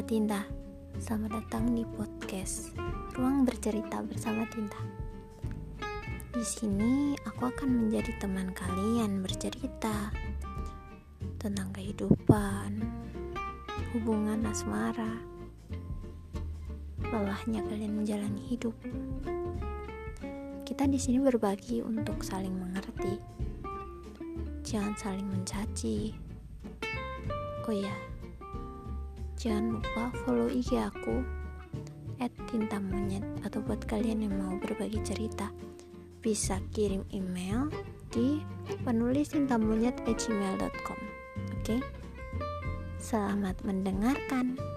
Sobat Tinta, selamat datang di podcast Ruang Bercerita bersama Tinta. Di sini aku akan menjadi teman kalian bercerita tentang kehidupan, hubungan asmara, lelahnya kalian menjalani hidup. Kita di sini berbagi untuk saling mengerti, jangan saling mencaci. Oh ya, jangan lupa follow IG aku @tintamonyet, atau buat kalian yang mau berbagi cerita bisa kirim email di penulistintamonyet@gmail.com. Oke? Selamat mendengarkan.